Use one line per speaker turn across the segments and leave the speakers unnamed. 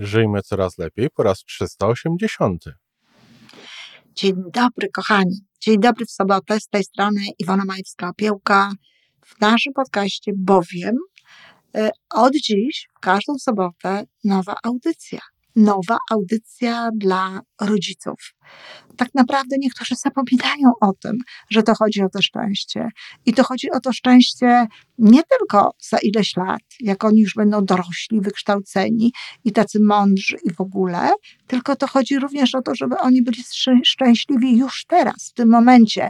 Żyjmy coraz lepiej po raz 380.
Dzień dobry, kochani. Dzień dobry w sobotę. Z tej strony Iwona Majewska-Opiełka w naszym podcaście, bowiem od dziś w każdą sobotę nowa audycja. Nowa audycja dla rodziców. Tak naprawdę niektórzy zapominają o tym, że to chodzi o to szczęście. I to chodzi o to szczęście nie tylko za ileś lat, jak oni już będą dorośli, wykształceni i tacy mądrzy i w ogóle, tylko to chodzi również o to, żeby oni byli szczęśliwi już teraz, w tym momencie.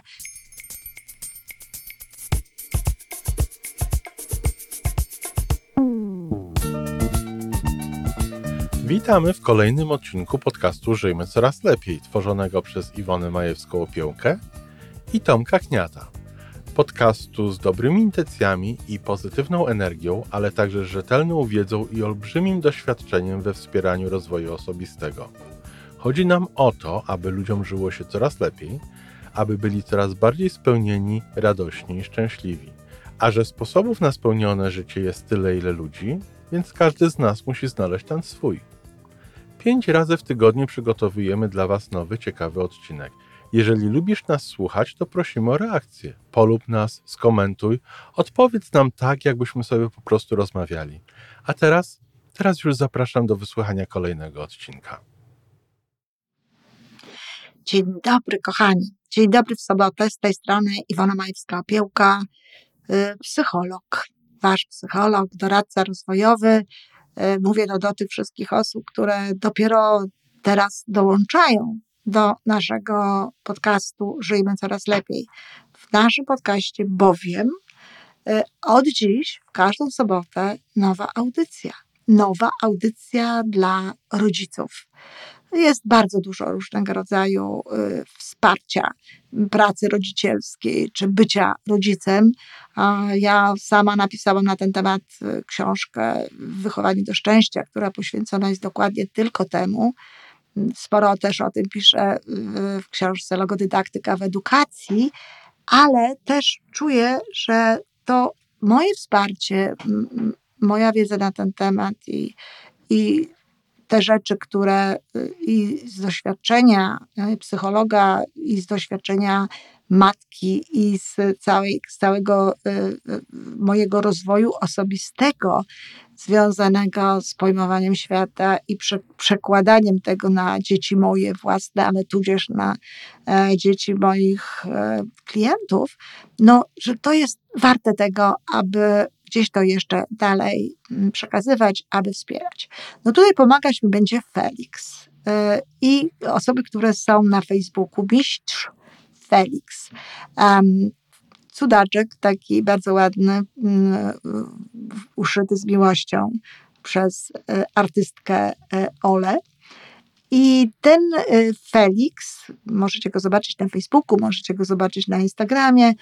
Witamy w kolejnym odcinku podcastu Żyjmy Coraz Lepiej, tworzonego przez Iwonę Majewską-Opiełkę i Tomka Kniata. Podcastu z dobrymi intencjami i pozytywną energią, ale także rzetelną wiedzą i olbrzymim doświadczeniem we wspieraniu rozwoju osobistego. Chodzi nam o to, aby ludziom żyło się coraz lepiej, aby byli coraz bardziej spełnieni, radośni i szczęśliwi. A że sposobów na spełnione życie jest tyle, ile ludzi, więc każdy z nas musi znaleźć ten swój. 5 razy w tygodniu przygotowujemy dla Was nowy, ciekawy odcinek. Jeżeli lubisz nas słuchać, to prosimy o reakcję. Polub nas, skomentuj, odpowiedz nam tak, jakbyśmy sobie po prostu rozmawiali. A teraz już zapraszam do wysłuchania kolejnego odcinka.
Dzień dobry, kochani. Dzień dobry w sobotę. Z tej strony Iwona Majewska-Opiełka, psycholog. Wasz psycholog, doradca rozwojowy. Mówię to do tych wszystkich osób, które dopiero teraz dołączają do naszego podcastu Żyjmy Coraz Lepiej. W naszym podcaście bowiem od dziś w każdą sobotę nowa audycja. Nowa audycja dla rodziców. Jest bardzo dużo różnego rodzaju wsparcia pracy rodzicielskiej czy bycia rodzicem. Ja sama napisałam na ten temat książkę Wychowanie do szczęścia, która poświęcona jest dokładnie tylko temu. Sporo też o tym piszę w książce Logodydaktyka w edukacji, ale też czuję, że to moje wsparcie, moja wiedza na ten temat i te rzeczy, które i z doświadczenia psychologa, i z doświadczenia matki, i z całego mojego rozwoju osobistego, związanego z pojmowaniem świata i przekładaniem tego na dzieci moje własne, ale tudzież na dzieci moich klientów, że to jest warte tego, aby gdzieś to jeszcze dalej przekazywać, aby wspierać. Tutaj pomagać mi będzie Felix i osoby, które są na Facebooku. Mistrz Felix. Cudaczek, taki bardzo ładny, uszyty z miłością przez artystkę Olę. I ten Felix, możecie go zobaczyć na Facebooku, możecie go zobaczyć na Instagramie,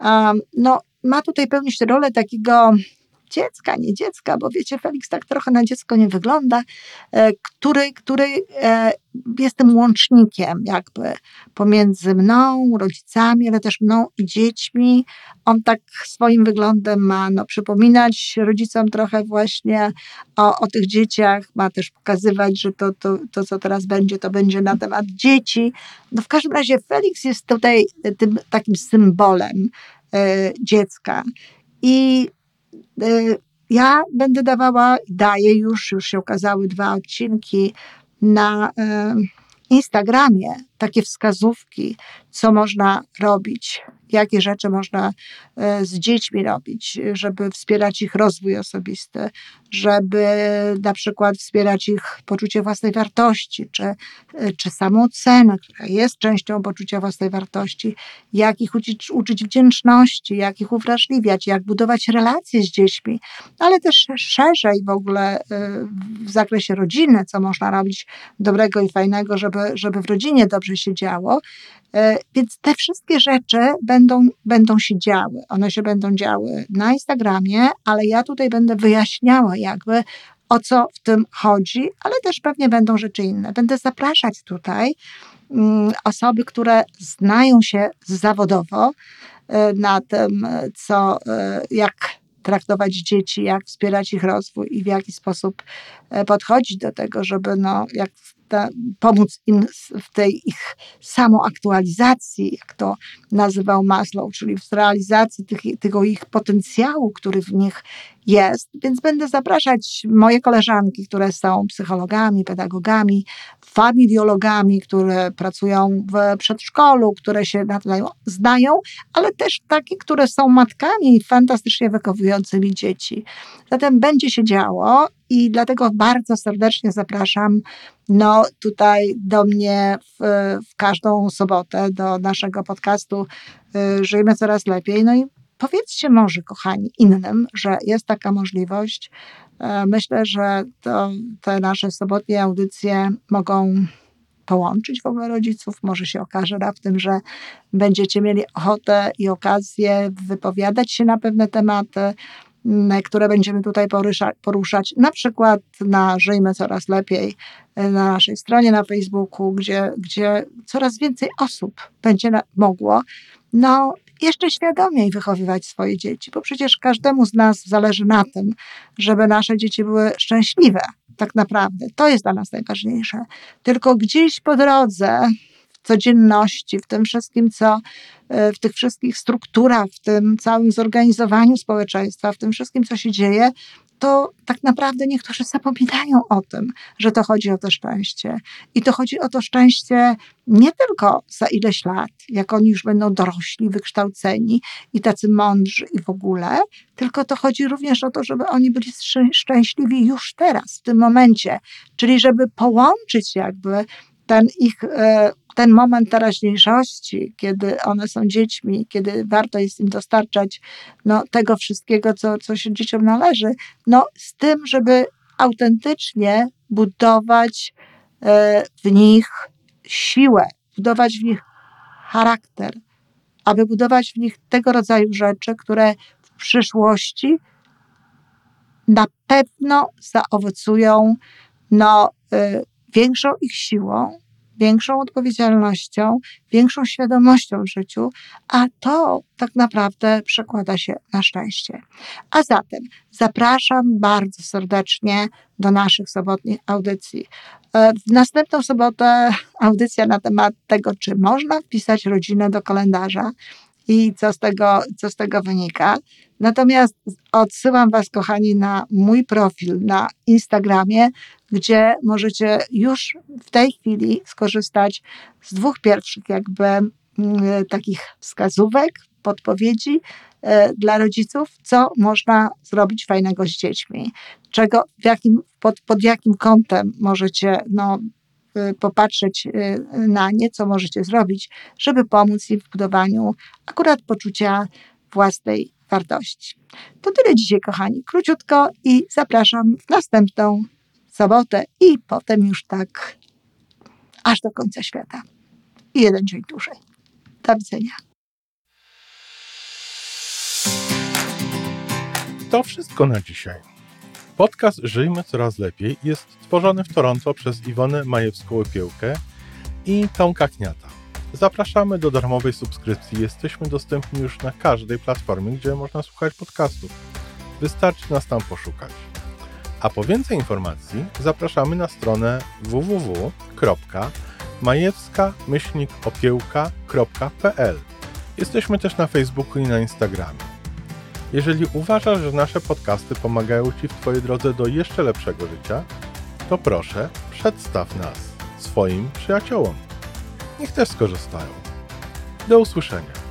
ma tutaj pełnić rolę takiego dziecka, nie dziecka, bo wiecie, Felix tak trochę na dziecko nie wygląda, który jest tym łącznikiem jakby pomiędzy mną, rodzicami, ale też mną i dziećmi. On tak swoim wyglądem ma przypominać rodzicom trochę właśnie o tych dzieciach, ma też pokazywać, że to co teraz będzie, to będzie na temat dzieci. W każdym razie Felix jest tutaj tym takim symbolem dziecka. I ja będę daję już się ukazały 2 odcinki na Instagramie, takie wskazówki, co można robić, jakie rzeczy można z dziećmi robić, żeby wspierać ich rozwój osobisty, żeby na przykład wspierać ich poczucie własnej wartości, czy samoocenę, która jest częścią poczucia własnej wartości, jak ich uczyć wdzięczności, jak ich uwrażliwiać, jak budować relacje z dziećmi, ale też szerzej w ogóle w zakresie rodziny, co można robić dobrego i fajnego, żeby w rodzinie dobrze się działo. Więc te wszystkie rzeczy będą się działy. One się będą działy na Instagramie, ale ja tutaj będę wyjaśniała jakby, o co w tym chodzi, ale też pewnie będą rzeczy inne. Będę zapraszać tutaj osoby, które znają się zawodowo na tym, jak traktować dzieci, jak wspierać ich rozwój i w jaki sposób podchodzić do tego, żeby pomóc im w tej ich samoaktualizacji, jak to nazywał Maslow, czyli w realizacji tego ich potencjału, który w nich jest. Więc będę zapraszać moje koleżanki, które są psychologami, pedagogami, familiologami, które pracują w przedszkolu, które się na to znają, ale też takie, które są matkami fantastycznie wychowującymi dzieci. Zatem będzie się działo i dlatego bardzo serdecznie zapraszam tutaj do mnie w każdą sobotę do naszego podcastu Żyjmy Coraz Lepiej. No i powiedzcie może, kochani, innym, że jest taka możliwość. Myślę, że te nasze sobotnie audycje mogą połączyć w ogóle rodziców. Może się okaże raptem, że będziecie mieli ochotę i okazję wypowiadać się na pewne tematy, które będziemy tutaj poruszać, na przykład na Żyjmy Coraz Lepiej, na naszej stronie na Facebooku, gdzie coraz więcej osób będzie mogło jeszcze świadomiej wychowywać swoje dzieci, bo przecież każdemu z nas zależy na tym, żeby nasze dzieci były szczęśliwe, tak naprawdę. To jest dla nas najważniejsze. Tylko gdzieś po drodze, w codzienności, w tym wszystkim, w tych wszystkich strukturach, w tym całym zorganizowaniu społeczeństwa, w tym wszystkim, co się dzieje, to tak naprawdę niektórzy zapominają o tym, że to chodzi o to szczęście. I to chodzi o to szczęście nie tylko za ileś lat, jak oni już będą dorośli, wykształceni i tacy mądrzy i w ogóle, tylko to chodzi również o to, żeby oni byli szczęśliwi już teraz, w tym momencie. Czyli żeby połączyć jakby ten moment teraźniejszości, kiedy one są dziećmi, kiedy warto jest im dostarczać tego wszystkiego, co się dzieciom należy, z tym, żeby autentycznie budować w nich siłę, budować w nich charakter, aby budować w nich tego rodzaju rzeczy, które w przyszłości na pewno zaowocują większą ich siłą, większą odpowiedzialnością, większą świadomością w życiu, a to tak naprawdę przekłada się na szczęście. A zatem zapraszam bardzo serdecznie do naszych sobotnich audycji. W następną sobotę audycja na temat tego, czy można wpisać rodzinę do kalendarza i co z tego wynika. Natomiast odsyłam Was, kochani, na mój profil na Instagramie, gdzie możecie już w tej chwili skorzystać z 2 pierwszych takich wskazówek, podpowiedzi dla rodziców, co można zrobić fajnego z dziećmi, pod jakim kątem możecie popatrzeć na nie, co możecie zrobić, żeby pomóc im w budowaniu akurat poczucia własnej wartości. To tyle dzisiaj, kochani, króciutko i zapraszam w następną sobotę i potem już tak aż do końca świata. I 1 dzień dłużej. Do widzenia.
To wszystko na dzisiaj. Podcast Żyjmy Coraz Lepiej jest tworzony w Toronto przez Iwonę Majewską-Opiełkę i Tomka Kniata. Zapraszamy do darmowej subskrypcji. Jesteśmy dostępni już na każdej platformie, gdzie można słuchać podcastów. Wystarczy nas tam poszukać. A po więcej informacji zapraszamy na stronę www.majewska-opiełka.pl. Jesteśmy też na Facebooku i na Instagramie. Jeżeli uważasz, że nasze podcasty pomagają Ci w Twojej drodze do jeszcze lepszego życia, to proszę, przedstaw nas swoim przyjaciołom. Niech też skorzystają. Do usłyszenia.